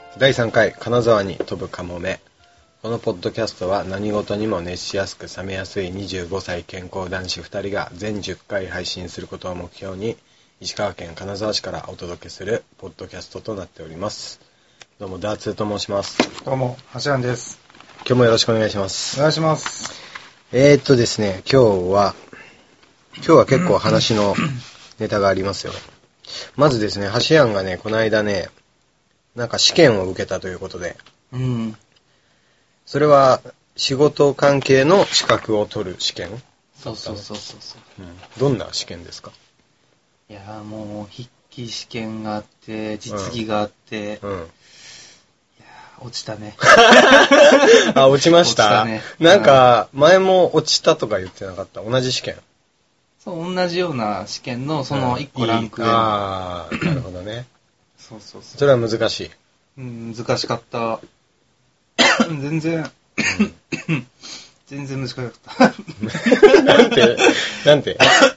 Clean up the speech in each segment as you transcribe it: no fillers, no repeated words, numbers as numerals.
第3回金沢に飛ぶカモメ。このポッドキャストは何事にも熱しやすく冷めやすい25歳健康男子2人が全10回配信することを目標に石川県金沢市からお届けするポッドキャストとなっております。どうもダーツーと申します。 どうもはしあんです。 今日もよろしくお願いします。 お願いします。 ですね、今日は結構話のネタがありますよ。まずですね、はしあんがね、この間ね、なんか試験を受けたということで、それは仕事関係の資格を取る試験？ そう、 どんな試験ですか？ いやーもう筆記試験があって実技があって、いやー落ちたね。 あ、落ちました。 落ちたね。 なんか前も落ちたとか言ってなかった？同じ試験？ そう、同じような試験のその1個ランク上の。 ああ、なるほどね。 そう。 それは難しい。 難しかった。全然難しかった。 なんて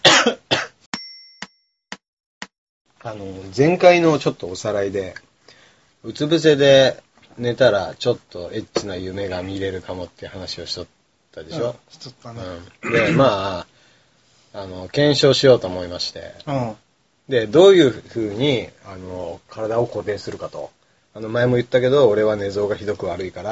前回のちょっとおさらいで、うつ伏せで寝たらちょっとエッチな夢が見れるかもって話をしとったでしょ？ しとったね。 で、まあ、検証しようと思いまして、 うんで、どういう風に、体を固定するかと。前も言ったけど、俺は寝相がひどく悪いから、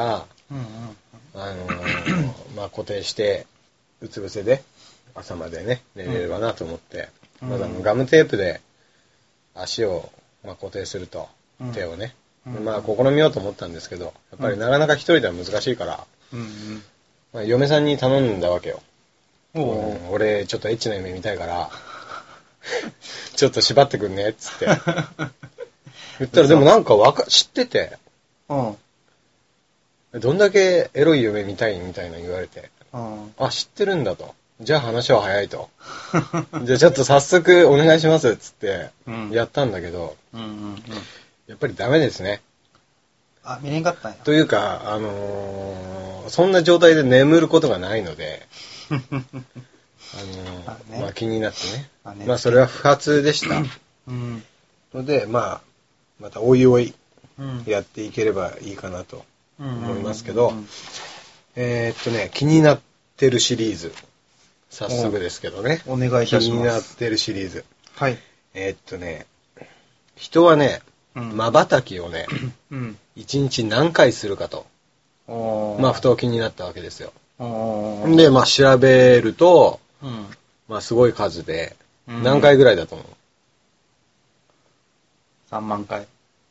まあ、固定して、うつ伏せで、朝までね、寝れればなと思って、まずガムテープで、足を、まあ、固定すると、手をね。まあ、試みようと思ったんですけど、やっぱりなかなか一人では難しいから、まあ、嫁さんに頼んだわけよ。俺、ちょっとエッチな夢見たいから、ちょっと縛ってくんねっつって言ったら、でもなんか知ってて、どんだけエロい夢見たいみたいな言われて、あ、知ってるんだと。じゃあ話は早いと。じゃあちょっと早速お願いしますっつってやったんだけど、やっぱりダメですね。 あ、見れんかったんや。 というか、そんな状態で眠ることがないので、まあ気になってね。まあそれは不発でした。ので、まあ、またおいおいやっていければいいかなと思いますけど、気になってるシリーズ。早速ですけどね。 お願いいたします。 気になってるシリーズ。 はい。 人はね、瞬きをね、一日何回するかと。まあ、ふと気になったわけですよ。で、まあ、調べると、まあ、すごい数で、何回ぐらいだと思う ？3万回。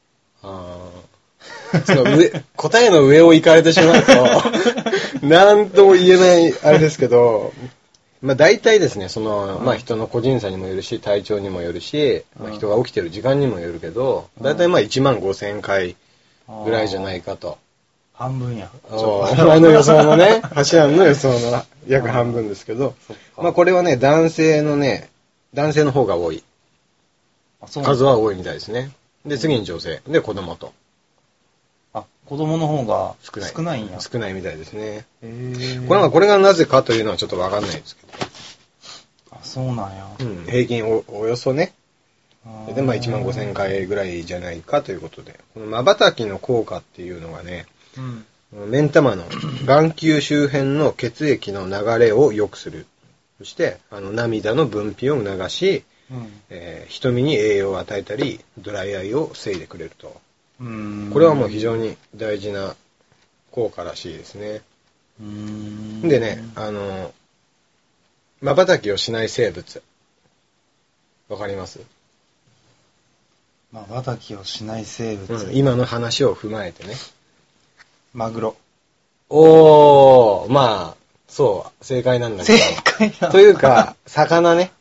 答えの上を行かれてしまうと、なんとも言えないあれですけど、まあ大体ですね、まあ人の個人差にもよるし、体調にもよるし、まあ人が起きてる時間にもよるけど、大体まあ1万5,000回ぐらいじゃないかと。 半分や。 お前の予想のね、はしあんの予想の約半分ですけど、まあこれはね、男性の方が多い。数は多いみたいですね。で、次に女性。で、子供と。 あ、子供の方が少ないんや。 少ないみたいですね。これがなぜかというのはちょっとわかんないですけど。 あ、そうなんや。 平均およそね。で、まあ1万5,000回ぐらいじゃないかということで。この瞬きの効果っていうのがね、目ん玉の眼球周辺の血液の流れを良くする。そして、涙の分泌を促し、瞳に栄養を与えたり、ドライアイを防いでくれると。これはもう非常に大事な効果らしいですね。でね、瞬きをしない生物。わかります？ 瞬きをしない生物。 今の話を踏まえてね。 マグロ。 まあ、そう、正解なんだけど。 正解だ。 というか、魚ね。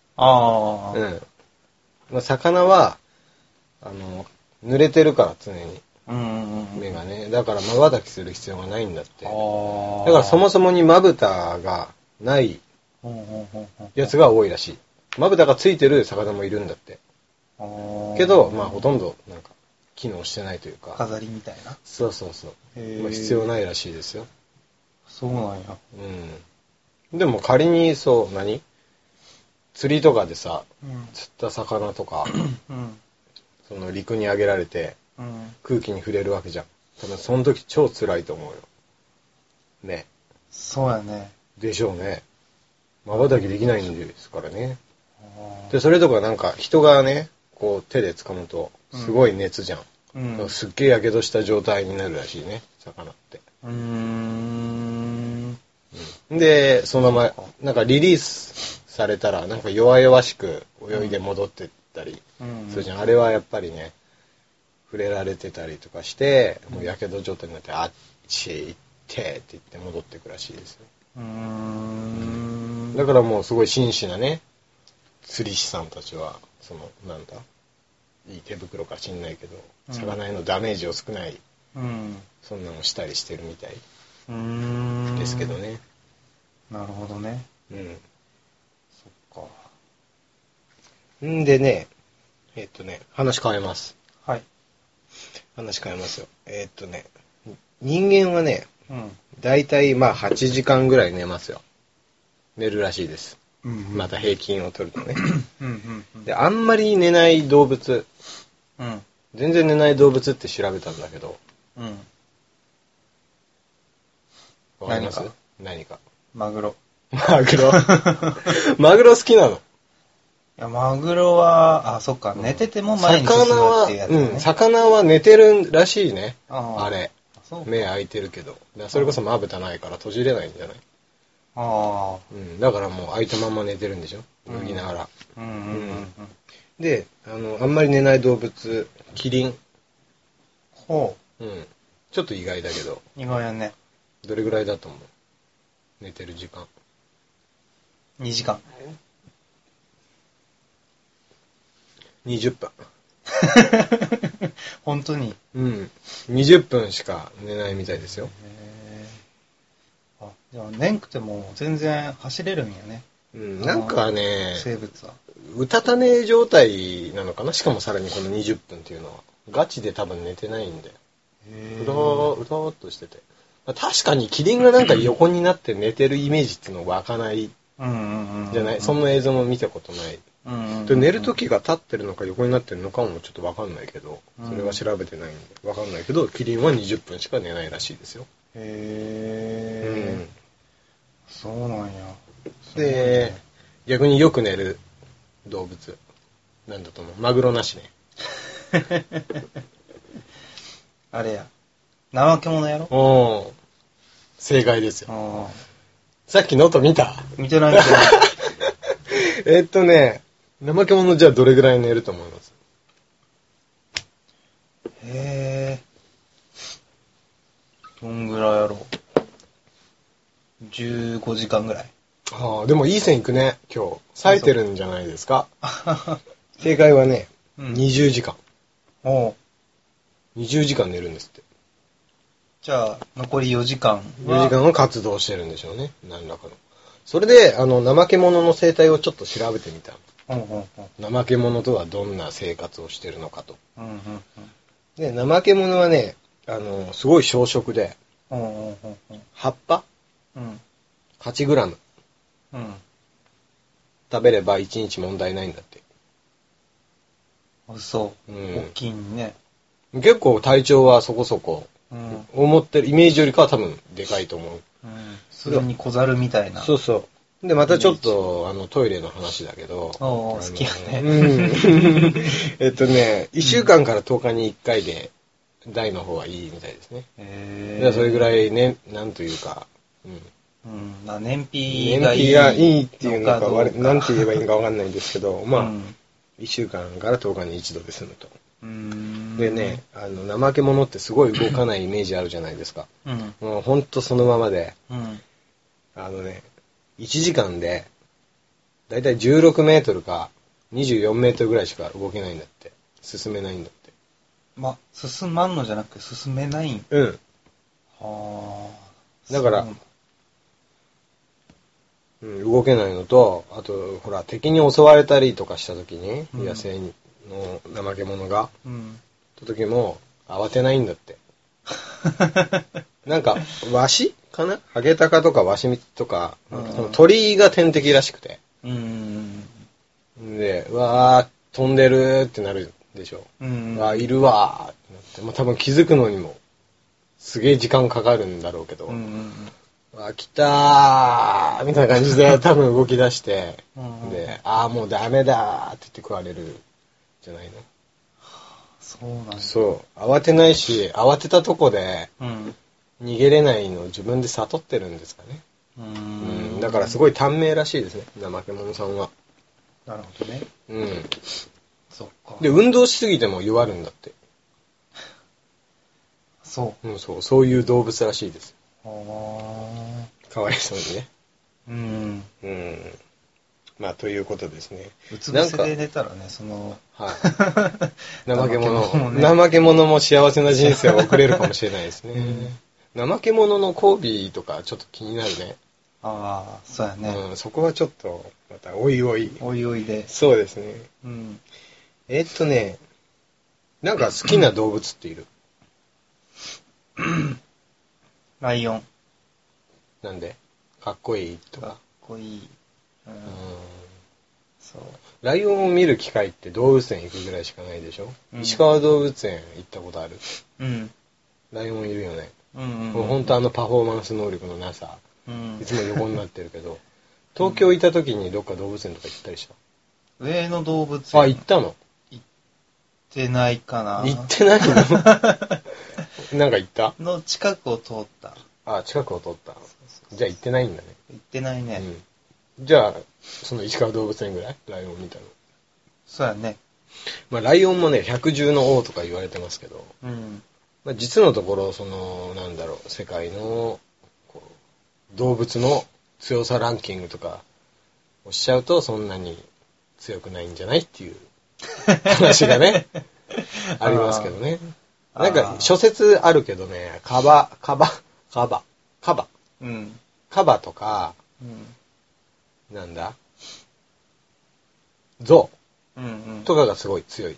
魚は、濡れてるから常に。目がね。だから瞬きする必要がないんだって。だからそもそもにまぶたがないやつが多いらしい。まぶたがついてる魚もいるんだって。けど、まあほとんどなんか機能してないというか。 飾りみたいな。 そう。まあ、必要ないらしいですよ。 そうなんや。 でも仮に釣りとかでさ、釣った魚とか、その陸に上げられて、空気に触れるわけじゃん。 多分その時超辛いと思うよ。ね。 そうやね。 でしょうね。瞬きできないんですからね。で、それとかなんか人がね、こう手で掴むと、すごい熱じゃん。うん、すっげえ火傷した状態になるらしいね、魚って。で、そのまま、なんかリリースされたら、なんか弱々しく泳いで戻ってったりするじゃん。あれはやっぱりね、触れられてたりとかして、もう火傷状態になって、あっち行ってって言って戻ってくらしいですよ。だからもうすごい真摯なね、釣り師さんたちは、その、なんだ、いい手袋か知んないけど、魚へのダメージを少ない、そんなのしたりしてるみたいですけどね。 なるほどね。 そっか。んでね、話変えます。 はい。 話変えますよ。人間はね、だいたいまあ8時間ぐらい寝ますよ。寝るらしいです。また平均を取るとね。で、あんまり寝ない動物、全然寝ない動物って調べたんだけど、わかります？何か。 マグロ。 マグロマグロ好きなの？いや、マグロは、あ、そっか、寝てても前に進むっていうやつね。 魚は寝てるらしいね。あれ。目開いてるけど。それこそまぶたないから閉じれないんじゃない？だからもう開いたまま寝てるんでしょ？泳ぎながら。で、あんまり寝ない動物、キリン。ちょっと意外だけど。 意外やね。 どれぐらいだと思う？寝てる時間。 2時間。 20分。 本当に 20分しか寝ないみたいですよ。 じゃあ、寝んくても全然走れるんやね。 なんかね、 生物は。 うたた寝状態なのかな？しかもさらにこの20分っていうのは。ガチで多分寝てないんで。うだーっとしてて。確かにキリンがなんか横になって寝てるイメージっていうの湧かないじゃない？そんな映像も見たことない。で寝る時が立ってるのか横になってるのかもちょっとわかんないけど、それは調べてないんでわかんないけど、キリンは20分しか寝ないらしいですよ。 そうなんや。 で、逆によく寝る動物なんだと思う？マグロなしね。 あれや。怠け者やろ？ 正解ですよ。さっきの音見た？ 見てない。 怠け者じゃあどれぐらい寝ると思います？ どんぐらいやろう。15時間ぐらい。 でもいい線いくね、今日。冴えてるんじゃないですか？正解はね、20時間。20時間寝るんですって。 じゃあ、残り4時間は。4時間は活動してるんでしょうね。何らかの。それで、怠け者の生態をちょっと調べてみた。怠け者とはどんな生活をしてるのかと。で、怠け者はね、すごい小食で、葉っぱ、8グラム、食べれば1日問題ないんだって。 そう。大きいね。 結構体調はそこそこ、思ってるイメージよりかは多分でかいと思う。 それに小猿みたいな。 そうそう。で、またちょっと、トイレの話だけど。 好きやね。 1週間から10日に1回で、大の方がいいみたいですね。それぐらいね、なんというか、 燃費がいいっていうのか、なんて言えばいいのかわかんないんですけど、まあ、1週間から10日に一度で済むと。でね、怠け者ってすごい動かないイメージあるじゃないですか。もうほんとそのままで、1時間で、だいたい16メートルか24メートルぐらいしか動けないんだって。進めないんだって。 進まんのじゃなくて進めないん？ だから、動けないのと、あと、ほら、敵に襲われたりとかした時に、野生の怠け者が、た時も、慌てないんだって。なんか、ワシかな？ハゲタカとかワシとか、その鳥が天敵らしくて。で、わー、飛んでるってなるでしょ。わー、いるわーってなって、多分気づくのにもすげえ時間かかるんだろうけど、来たーみたいな感じで多分動き出して、で、もうダメだーって言って食われるじゃないの。 そうなんだ。 そう。慌てないし、慌てたとこで、逃げれないのを自分で悟ってるんですかね。だからすごい短命らしいですね、怠け者さんは。 なるほどね。そっか。 で、運動しすぎても弱るんだって。 そう。 そういう動物らしいです。 かわいそうにね。まあ、ということですね。 うつ伏せで寝たらね、 怠け者、怠け者も幸せな人生を送れるかもしれないですね。怠け者の交尾とかちょっと気になるね。 そうやね。 そこはちょっと、また、おいおい。 おいおいで。 そうですね。なんか好きな動物っている？ ライオン。 なんで？かっこいいとか。 かっこいい。そう。 ライオンを見る機会って動物園行くぐらいしかないでしょ？石川動物園行ったことある？ライオンいるよね。もう本当パフォーマンス能力のなさ。いつも横になってるけど。東京いた時にどっか動物園とか行ったりした？ 上野動物園。 行ったの？ 行ってないかな。 行ってないの？なんか行った？ の近くを通った。 近くを通った。じゃあ行ってないんだね。 行ってないね。 じゃあ、その石川動物園ぐらいライオン見たの。 そうやね。 まあライオンもね、百獣の王とか言われてますけど、まあ、実のところ、世界の動物の強さランキングとかおっしゃうとそんなに強くないんじゃないっていう話がね、ありますけどね。なんか諸説あるけどね、カバとか、なんだゾウとかがすごい強いって。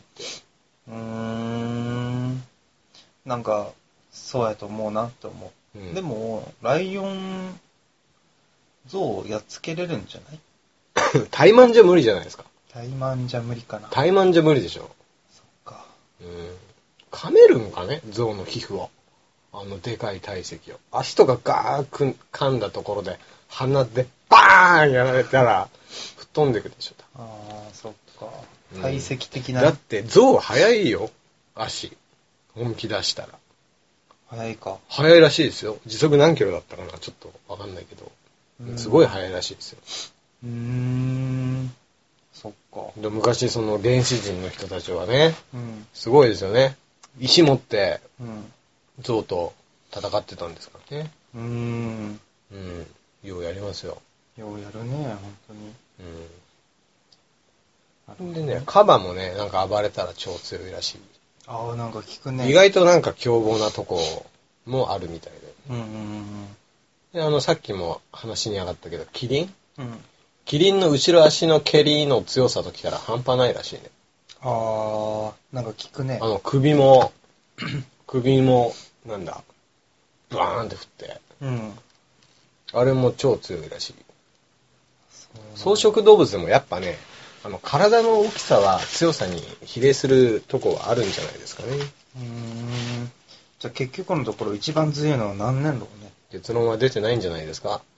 なんか、そうやと思うなって思う。でも、ライオン、ゾウやっつけれるんじゃない？ 怠慢じゃ無理じゃないですか。 怠慢じゃ無理かな。 怠慢じゃ無理でしょ。 そっか。 噛めるんかね、ゾウの皮膚を。でかい体積を。足とかガー噛んだところで、鼻でバーンやられたら、吹っ飛んでくでしょ。 そっか。体積的な。 だって、ゾウ速いよ、足。本気出したら。 速いか。 速いらしいですよ。時速何キロだったかな、ちょっとわかんないけど。すごい速いらしいですよ。 そっか。 で昔、その原始人の人たちはね、すごいですよね。石持って、ゾウと戦ってたんですからね。ようやりますよ。 ようやるね、本当に。 でね、カバもね、なんか暴れたら超強いらしい。 なんか聞くね。 意外となんか凶暴なとこもあるみたいで。で、さっきも話に上がったけど、キリン？キリンの後ろ足の蹴りの強さときたら半端ないらしいね。 なんか聞くね。 首も、なんだ、バーンって振って。あれも超強いらしい。草食動物でもやっぱね、体の大きさは強さに比例するとこはあるんじゃないですかね。 じゃあ結局のところ一番強いのは何年度ね。 結論は出てないんじゃないですか。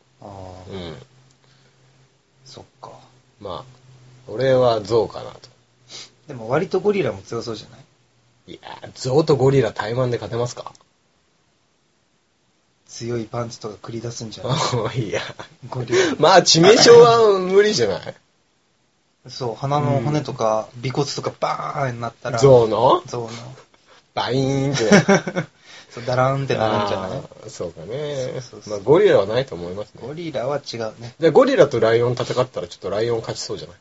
そっか。 まあ、俺はゾウかなと。 でも割とゴリラも強そうじゃない？ いや、ゾウとゴリラ怠慢で勝てますか？ 強いパンチとか繰り出すんじゃない？ いや、ゴリラ。まあ、致命傷は無理じゃない？ そう、鼻の骨とか、尾骨とかバーンになったら。 ゾウのバイーンって。 そう、ダラーンってなるんじゃない？ そうかね。まあ、ゴリラはないと思いますね。 ゴリラは違うね。 で、ゴリラとライオン戦ったらちょっとライオン勝ちそうじゃない？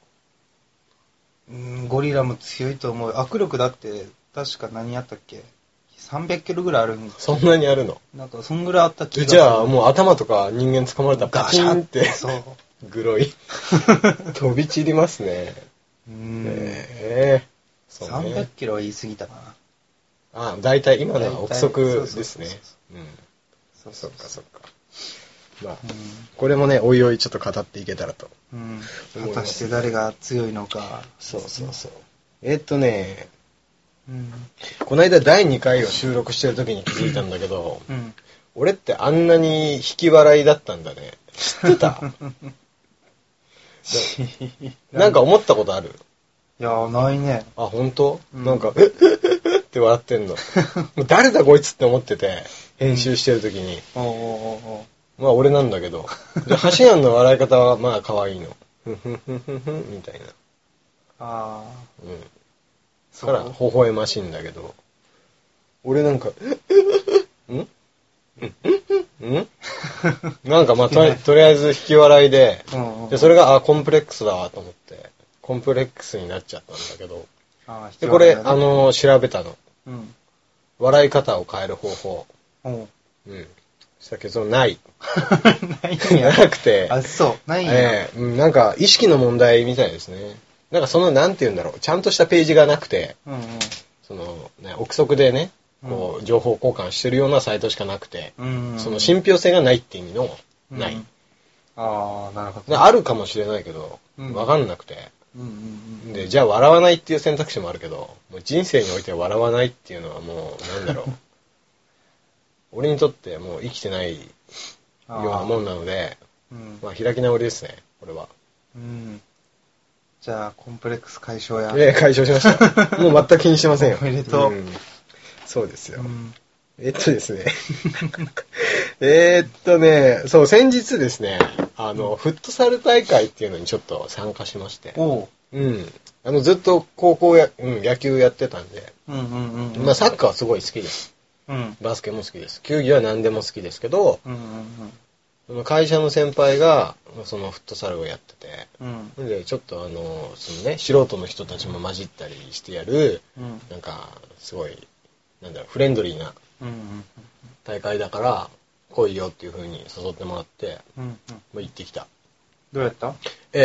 ゴリラも強いと思う。握力だって、確か何やったっけ？300キロぐらいあるんそんなにあるの？ なんか、そんぐらいあった気がする。 じゃあ、もう頭とか人間掴まれたらパチンって。そう。グロい。飛び散りますね。 そうね。300キロは言い過ぎたかな。 だいたい今のは憶測ですね。そっかそっか。まあ、これもね、おいおいちょっと語っていけたらと。 果たして誰が強いのか。 そう。 この間第2回を収録してる時に気づいたんだけど、俺ってあんなに引き笑いだったんだね。知ってた？なんか思ったことある？ いや、ないね。 あ、本当？なんか、って笑ってんの。誰だこいつって思ってて、編集してる時に。まあ俺なんだけど。で、ハシヤンの笑い方はまあ可愛いの。ふんふんふんふんふんみたいな。 ああ。 だから、微笑ましいんだけど。俺なんか、なんかまあとりあえず引き笑いで、でそれがコンプレックスだわと思って、コンプレックスになっちゃったんだけど、でこれ調べたの、笑い方を変える方法、したけどないなくて、 あ、そうないんや、 なんか意識の問題みたいですね。なんかそのなんて言うんだろう、ちゃんとしたページがなくて、そのね、憶測でね、こう情報交換してるようなサイトしかなくて、その信憑性がないって意味のない。 ああ、なるほど。 あるかもしれないけど、わかんなくて。で、じゃあ笑わないっていう選択肢もあるけど、もう人生において笑わないっていうのはもう、なんだろう。俺にとってもう生きてないようなもんなので、まあ開き直りですね、これは。 じゃあ、コンプレックス解消や。 解消しました。もう全く気にしてませんよ。 おめでとう。 そうですよ。ですね。そう、先日ですね、フットサル大会っていうのにちょっと参加しまして。ずっと高校野球やってたんで、まあサッカーはすごい好きです。バスケも好きです。球技は何でも好きですけど、その会社の先輩がそのフットサルをやってて、でちょっとそのね、素人の人たちも混じったりしてやる、なんかすごいなんだろう、フレンドリーな大会だから来いよっていう風に誘ってもらって、行ってきた。 どうやった？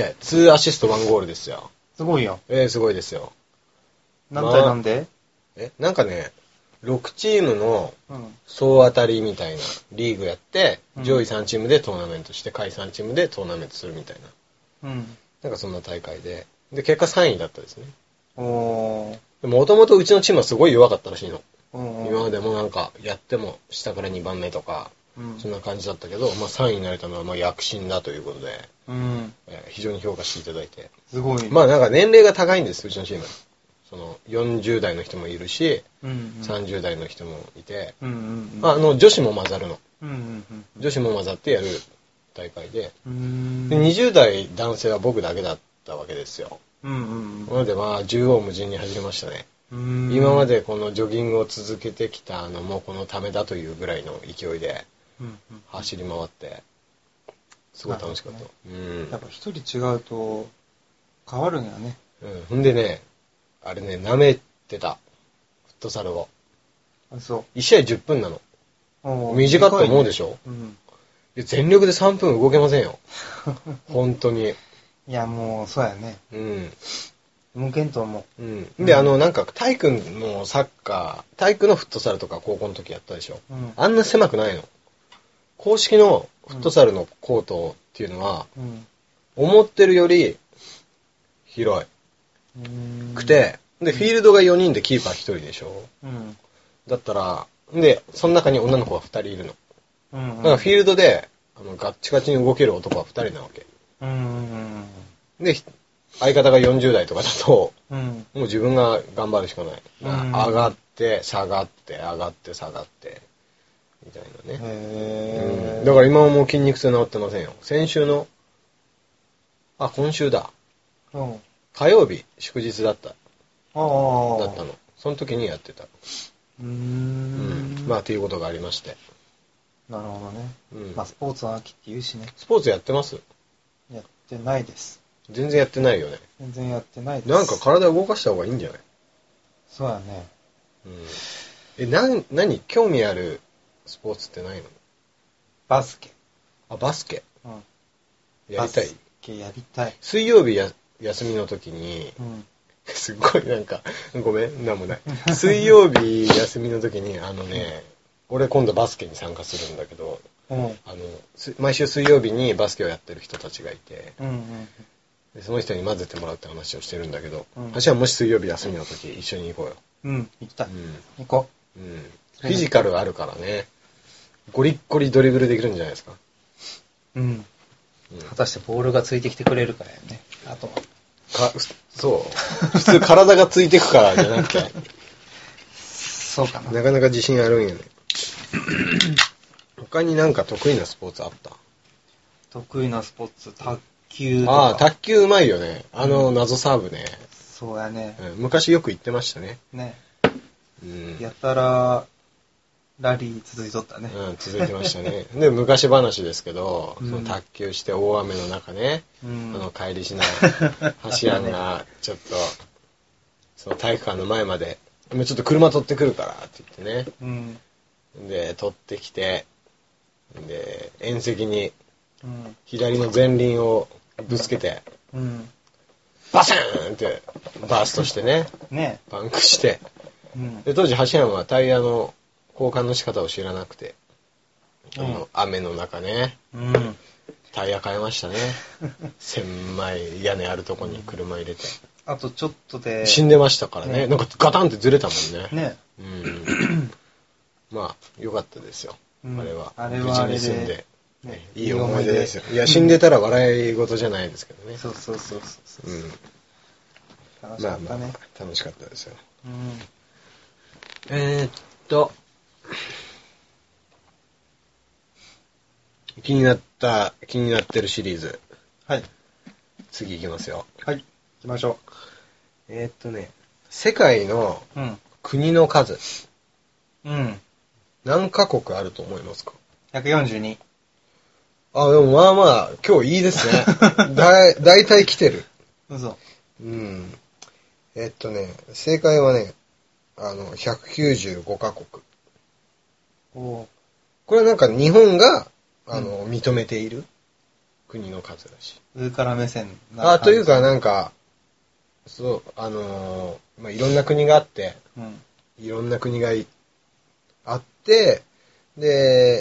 2アシスト1ゴールですよ。 すごいよ。 すごいですよ。 何対何で？ なんかね、6チームの総当たりみたいなリーグやって、上位3チームでトーナメントして、下位3チームでトーナメントするみたいな。なんかそんな大会で、結果3位だったですね。もともとうちのチームはすごい弱かったらしいの。今までもなんかやっても下から2番目とか、そんな感じだったけど、まあ3位になれたのはまあ躍進だということで、非常に評価していただいて。 すごい。 まあなんか年齢が高いんです、うちのチーム。その40代の人もいるし、30代の人もいて、女子も混ざるの。女子も混ざってやる大会で、20代男性は僕だけだったわけですよ。なのでまあ縦横無尽に走りましたね。今までこのジョギングを続けてきたのもこのためだというぐらいの勢いで走り回ってすごい楽しかった。 やっぱ一人違うと変わるんやね。 ほんでね、あれね、舐めてたフットサルを。 そう。 1試合10分なの。短くと思うでしょ？全力で3分動けませんよ。本当に。 いや、もう、そうやね。動けんと思う。で、なんか、体育のサッカー、体育のフットサルとか高校の時やったでしょ。あんな狭くないの。公式のフットサルのコートっていうのは、思ってるより広くて、で、フィールドが4人でキーパー1人でしょ。だったら、で、その中に女の子が2人いるの。だからフィールドで、ガッチガチに動ける男は2人なわけ。で、相方が40代とかだと、もう自分が頑張るしかない。上がって、下がって、上がって、下がって、みたいなね。だから今はもう筋肉痛治ってませんよ。先週の、今週だ。火曜日、祝日だった。だったの。その時にやってた。まあ、ということがありまして。 なるほどね。まあ、スポーツの秋って言うしね。 スポーツやってます？ やってないです。 全然やってないよね。 全然やってないです。 なんか体を動かした方がいいんじゃない？ そうやね。 何興味あるスポーツってないの？ バスケ。 バスケ。やりたい？バスケやりたい。 水曜日休みの時に、すっごいなんか、ごめん、なんもない。水曜日休みの時に、俺今度バスケに参加するんだけど、毎週水曜日にバスケをやってる人たちがいて、でその人に混ぜてもらうって話をしてるんだけど、私はもし水曜日休みの時一緒に行こうよ。 うん、行きたい。行こう。フィジカルあるからね。ゴリッゴリドリブルできるんじゃないですか。 果たしてボールがついてきてくれるからやね。あとは。 そう。普通体がついてくからじゃなくて。 そうかな。 なかなか自信あるんやね。他になんか得意なスポーツあった？ 得意なスポーツ、卓球とか。 卓球うまいよね。謎サーブね。 そうやね。 昔よく言ってましたね。 ね。やったら、ラリー続いとったね。 続いてましたね。で、昔話ですけど、その卓球して大雨の中ね、帰りしない、橋庵がちょっと、その体育館の前まで、ちょっと車取ってくるからって言ってね。で、取ってきて、で、縁石に、左の前輪をぶつけて、バサーンってバーストしてね、パンクして、で当時橋山はタイヤの交換の仕方を知らなくて、雨の中ね、タイヤ変えましたね。狭い屋根あるとこに車入れて。 あとちょっとで死んでましたからね。なんかガタンってずれたもんね。まあよかったですよ。あれは無事に済んで、いい思い出ですよ。いや死んでたら笑い事じゃないですけどね。 そう。楽しかったね。 楽しかったですよ。気になってるシリーズ。 はい。 次いきますよ。 はい。行きましょう。世界の国の数。何カ国あると思いますか？ 142。 でもまあまあ、今日いいですね。だいたい来てる。 嘘。 正解はね、195カ国。これはなんか日本が、認めている国の数らしい。 上から目線な。というかなんか、そう、いろんな国があって、いろんな国があって、で、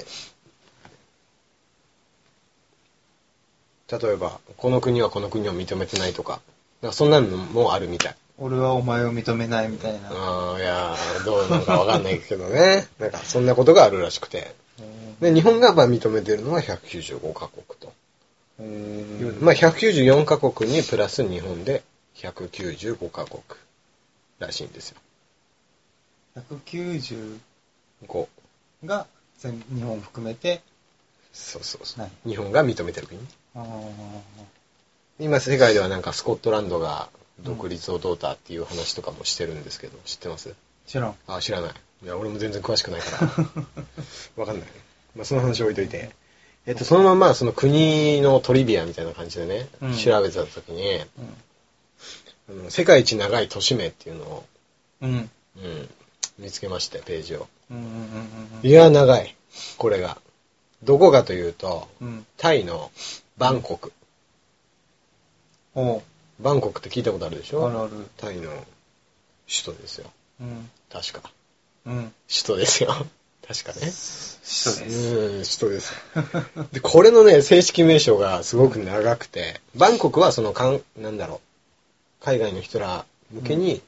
例えば、この国はこの国を認めてないとか、そんなのもあるみたい。 俺はお前を認めないみたいな。 いやどうなのかわかんないけどね。なんかそんなことがあるらしくて。で、日本が認めてるのは195カ国と。194カ国にプラス日本で195カ国らしいんですよ。 195が日本を含めて。 そう。日本が認めてる国。今世界ではなんかスコットランドが独立をどうだっていう話とかもしてるんですけど、知ってます？ 知らん。 知らない。いや、俺も全然詳しくないから。わかんない。その話置いといて。そのままその国のトリビアみたいな感じでね、調べてた時に、世界一長い都市名っていうのを、見つけまして、ページを。いや、長い。これが。どこかというと、タイのバンコク。バンコクって聞いたことあるでしょ？ ある。 タイの首都ですよ。確か。 首都ですよ。確かね。 首都です。 首都です。で、これのね、正式名称がすごく長くて、バンコクはそのなんだろう、海外の人ら向けに、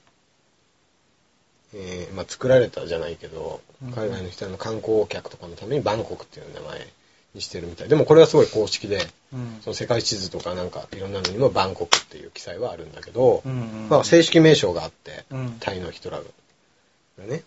作られたじゃないけど、海外の人らの観光客とかのためにバンコクっていう名前にしてるみたい。でもこれはすごい公式で、その世界地図とかなんかいろんなのにもバンコクっていう記載はあるんだけど、正式名称があって、タイの人らがね。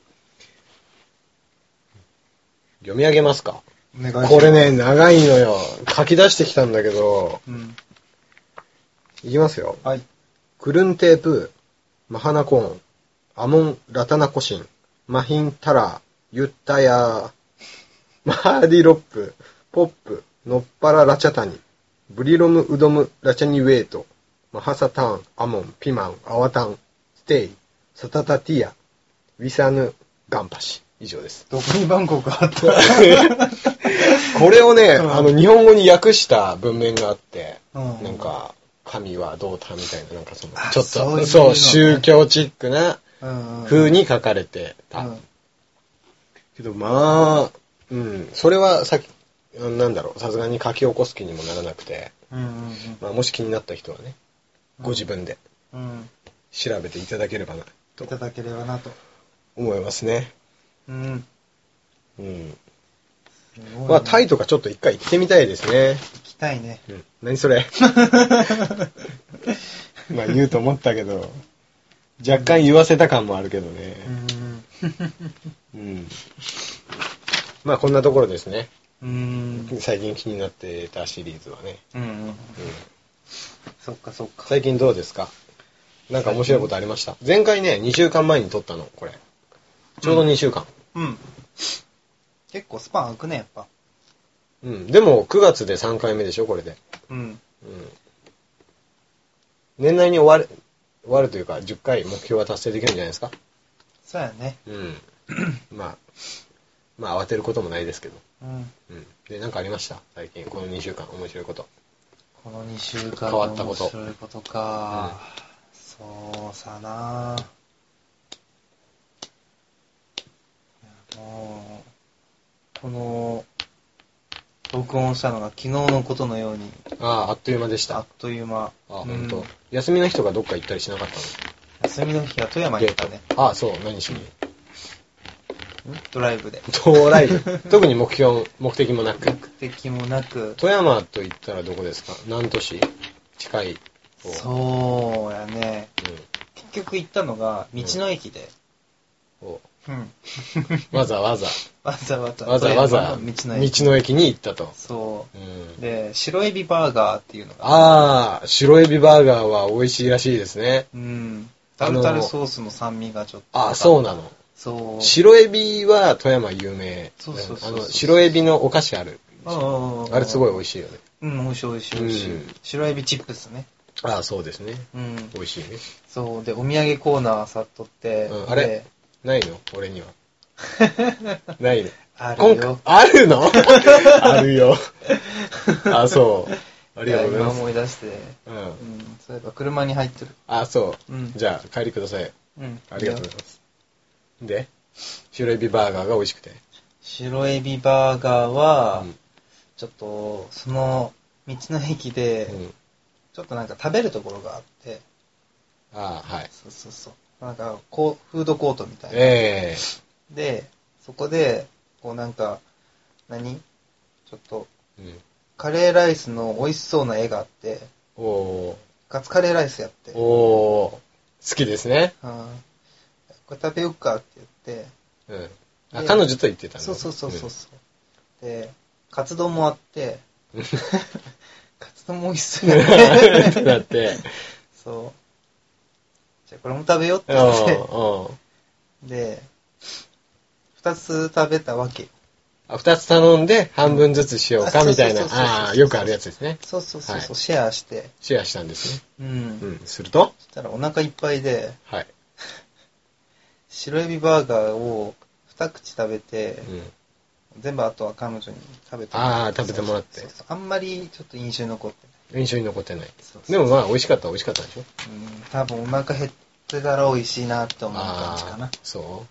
読み上げますか？これね、長いのよ。書き出してきたんだけど、いきますよ。 はい。 クルンテープ、マハナコーン、アモン・ラタナコシン、マヒン・タラー、ユッタヤー、マーディ・ロップ、ポップ、ノッパラ・ラチャタニ、ブリロム・ウドム・ラチャニウェイト、マハサタン、アモン、ピマン、アワタン、ステイ、サタタティア、ウィサヌ・ガンパシ。以上です。 どこにバンコクあったこれをね、日本語に訳した文面があって、なんか、神はどうだみたいな、なんかその、ちょっと、そう、宗教チックな風に書かれてた。けど、それはさっき、なんだろう、さすがに書き起こす気にもならなくて、もし気になった人はね、ご自分で調べていただければなと。 思いますね。 うん。 うん。 すごいね、 まあ、タイとかちょっと一回行ってみたいですね。 行きたいね。 うん。何それまあ言うと思ったけど、若干言わせた感もあるけどね。うん。まあこんなところですね。最近気になってたシリーズはね。 そっかそっか。 最近どうですか？なんか面白いことありました？前回ね、2週間前に撮ったの、これ。ちょうど2週間。 うん。結構スパン空くね、やっぱ。 うん。でも9月で3回目でしょ、これで。 うん。 年内に終わるというか、10回目標は達成できるんじゃないですか？ そうやね。 うん。まあ慌てることもないですけど。 うん。 で、なんかありました？最近、この2週間、面白いこと。 この2週間変わったこと。 面白いことか。そうさな。もう、この、録音したのが昨日のことのように。 あっという間でした。 あっという間。 本当。休みの日とかどっか行ったりしなかったの？ 休みの日は富山に行ったね。 そう、何しに？ ドライブで。 ドライブ。特に目的もなく。 目的もなく。 富山と言ったらどこですか？何都市？近い。 そうやね。結局行ったのが道の駅で。 わざわざ道の駅に行ったと。 そう。で、白エビバーガーっていうのが。 白エビバーガーは美味しいらしいですね。 タルタルソースの酸味がちょっと。 そうなの。 そう。 白エビは富山有名。 そう。 白エビのお菓子ある。 あれすごい美味しいよね。 美味しい。白エビチップスね。 そうですね。美味しいね。 そう。で、お土産コーナーさっとって。 あれないの？俺には。ないの？ あるよ。 あるの？あるよ。そう。ありがとうございます。 今思い出して。そういえば車に入ってる。 そう。じゃあ、帰りください。ありがとうございます。で、白エビバーガーが美味しくて。 白エビバーガーは、ちょっと、その、道の駅で、ちょっとなんか食べるところがあって。 はい。 そう。なんか、フードコートみたいな。で、そこで、こうなんか、ちょっと、カレーライスの美味しそうな絵があって、カツカレーライスやって。 好きですね。 これ食べよっかって言って、 彼女と言ってたんだ。 そう。で、カツ丼もあって、カツ丼も美味しそうやね。 だって。 そう。じゃあこれも食べようって言って。で、2つ食べたわけ。 2つ頼んで半分ずつしようかみたいな。よくあるやつですね。 そう。シェアして。 シェアしたんですね。するとそしたらお腹いっぱいで、 はい。 白エビバーガーを2口食べて、全部あとは彼女に食べてもらって。 食べてもらって。 あんまりちょっと印象に残ってない。印象に残ってない。でもまあ美味しかったでしょ？ 多分お腹減ってたら美味しいなって思う感じかな。 そう。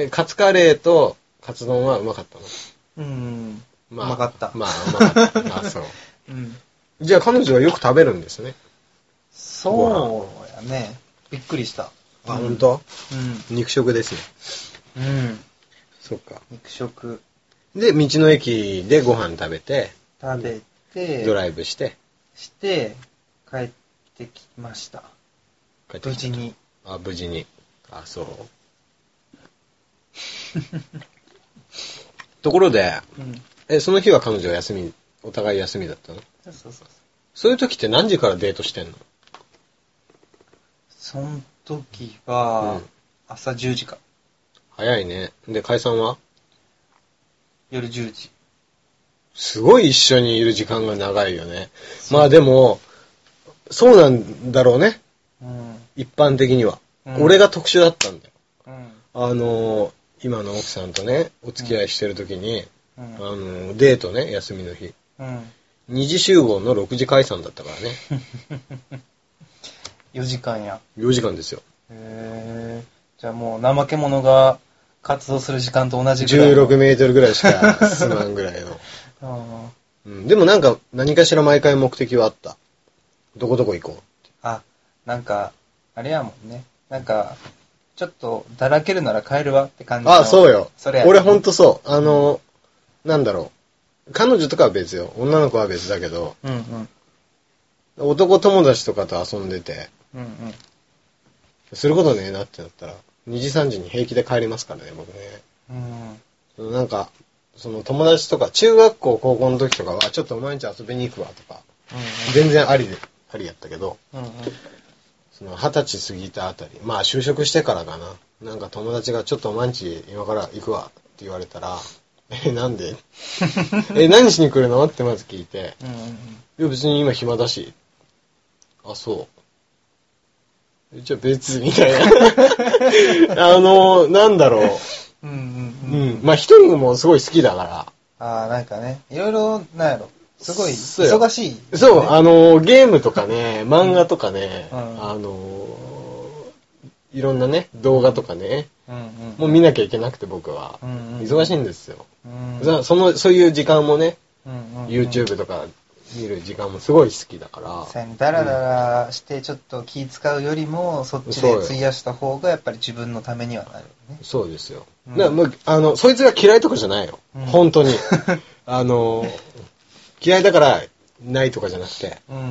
カツカレーとカツ丼はうまかったの？ うまかった。 うまかった。そう。じゃあ彼女はよく食べるんですね。 そうやね。びっくりした。 本当？肉食ですね。そっか。 肉食。 で、道の駅でご飯食べて、ドライブして、 帰ってきました。無事に。 無事に。そう。ところで、その日は彼女はお互い休みだったの？ そう。 そういう時って何時からデートしてんの？ その時は、朝10時か。 早いね。で、解散は？ 夜10時。 すごい一緒にいる時間が長いよね。まあでも、そうなんだろうね。一般的には。俺が特殊だったんだよ。今の奥さんとね、お付き合いしてる時に、デートね、休みの日。2時集合の6時解散だったからね。 4時間や。 4時間ですよ。 じゃあもう怠け者が活動する時間と同じぐらい。 16メートルぐらいしか進まんぐらいの。でもなんか何かしら毎回目的はあった。どこどこ行こうって。 なんか、あれやもんね。なんか、ちちょっとだらけるなら帰るわって感じの。あ、そうよ。 それ俺ほんとそう。なんだろう。彼女とかは別よ。女の子は別だけど、うんうん、男友達とかと遊んでて、うんうん、することねえなってなったら、2時3時に平気で帰りますからね、僕ね。うん、なんか、その友達とか、中学校、高校の時とかは、ちょっと毎日遊びに行くわとか、うんうん、全然ありやったけど、うんうん、その20歳過ぎたあたり、まあ就職してからかな。なんか友達がちょっと毎日今から行くわって言われたら、なんで何しに来るのってまず聞いて、うんうんうん、いや別に今暇だし、あ、そう。じゃあ別みたいな。なんだろう。うんうんうん。まあ一人もすごい好きだから。 ああ、なんかね、いろいろ、なんやろ。すごい忙しい、ね。 そう、ゲームとかね、漫画とかね、うん、いろんなね、動画とかね、うんうん、もう見なきゃいけなくて僕は、うんうん、忙しいんですよ、うん。そういう時間もね、うんうんうん、YouTube とか見る時間もすごい好きだから。 ダラダラしてちょっと気使うよりも、そっちで費やした方がやっぱり自分のためにはなるよね。 そうですよ。だからもう、そいつが嫌いとかじゃないよ。うん、本当に。嫌いだからないとかじゃなくて、うんうんうん、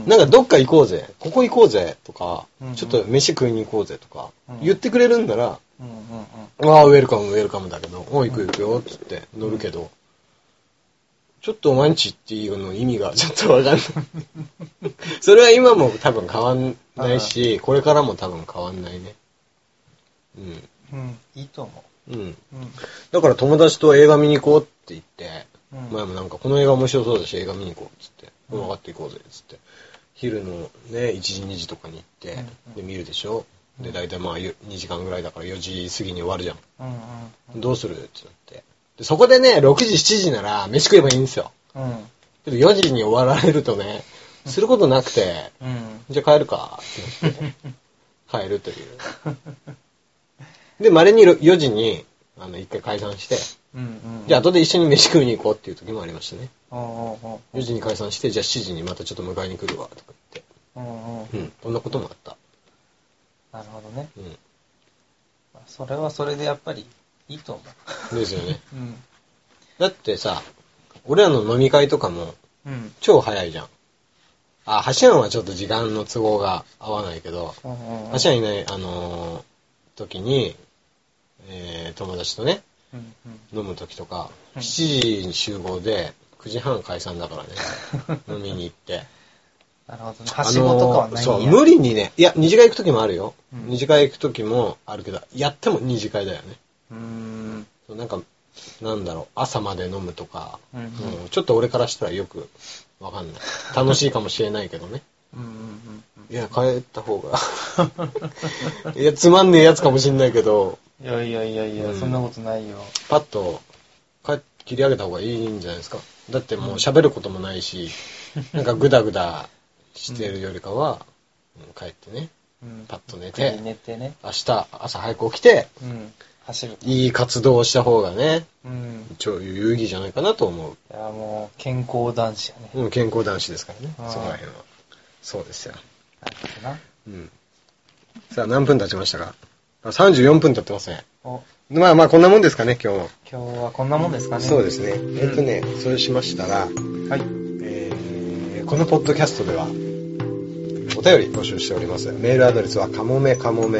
なんかどっか行こうぜ、ここ行こうぜとか、うんうん、ちょっと飯食いに行こうぜとか、言ってくれるんなら、うんうんうん、ああ、ウェルカムだけど、行くよって言って乗るけど、ちょっと毎日っていうの意味がちょっとわかんない。それは今も多分変わんないし、これからも多分変わんないね。 うん。うん、いいと思う。 うん。だから友達と映画見に行こうって言って、前もなんかこの映画面白そうだし映画見に行こうっつって、分かって行こうぜっつって、昼のね、1時2時とかに行って、で見るでしょ。で、大体まあ2時間ぐらいだから4時過ぎに終わるじゃん。どうするってなって。で、そこでね、6時7時なら飯食えばいいんですよ。けど4時に終わられるとね、することなくて、じゃあ帰るかってなって帰るという。で、稀に4時に一回解散して、じゃあ後で一緒に飯食いに行こうっていう時もありましたね。4時に解散して、じゃあ7時にまたちょっと迎えに来るわとか言って。そんなこともあった。 なるほどね。それはそれでやっぱりいいと思う。ですよね。だってさ、俺らの飲み会とかも超早いじゃん。ハシアンはちょっと時間の都合が合わないけど、ハシアンいない時に、友達とね、飲む時とか、7時に集合で9時半解散だからね、飲みに行って。 なるほどね。はしごとかはないんや。 そう、無理にね、いや、二次会行く時もあるよ。二次会行く時もあるけど、やっても二次会だよね。そうなんか、なんだろう、朝まで飲むとか、ちょっと俺からしたらよくわかんない。楽しいかもしれないけどね。いや、帰った方が。いや、つまんねえやつかもしんないけど。 いや、そんなことないよ。 パッと切り上げた方がいいんじゃないですか。だってもう喋ることもないし、なんかグダグダしてるよりかは、帰ってね、パッと寝て、 ね、 明日朝早く起きて、 走る。 いい活動をした方がね、超有意義じゃないかなと思う。 いや、もう健康男子やね。 健康男子ですからね、そこら辺は。そうですよ。 なるほどな。 さあ、何分経ちましたか？34分経ってますね。まあこんなもんですかね、今日も。 今日はこんなもんですかね。 そうですね。そうしましたら、はい。このポッドキャストでは、お便り募集しております。メールアドレスは、かもめ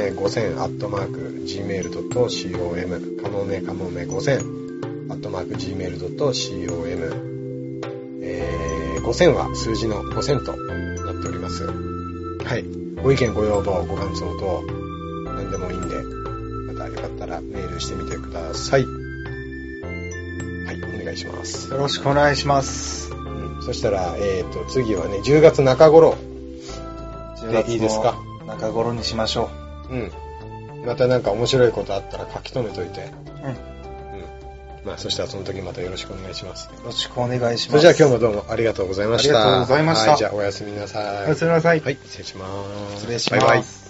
5000@gmail.com、かもめ5000@gmail.com、5000は数字の5000となっております。はい。ご意見、ご要望、ご感想と、何でもいいんで、またよかったらメールしてみてください。はい、お願いします。 よろしくお願いします。 そしたら、次はね、10月中頃でいいですか？ 中頃にしましょう。またなんか面白いことあったら書き留めといて。まあ、そしたらその時またよろしくお願いします。 よろしくお願いします。 それじゃあ今日もどうもありがとうございました。 ありがとうございました。 はい、じゃあおやすみなさい。 おやすみなさい。 はい、失礼します。 失礼します。バイバイ。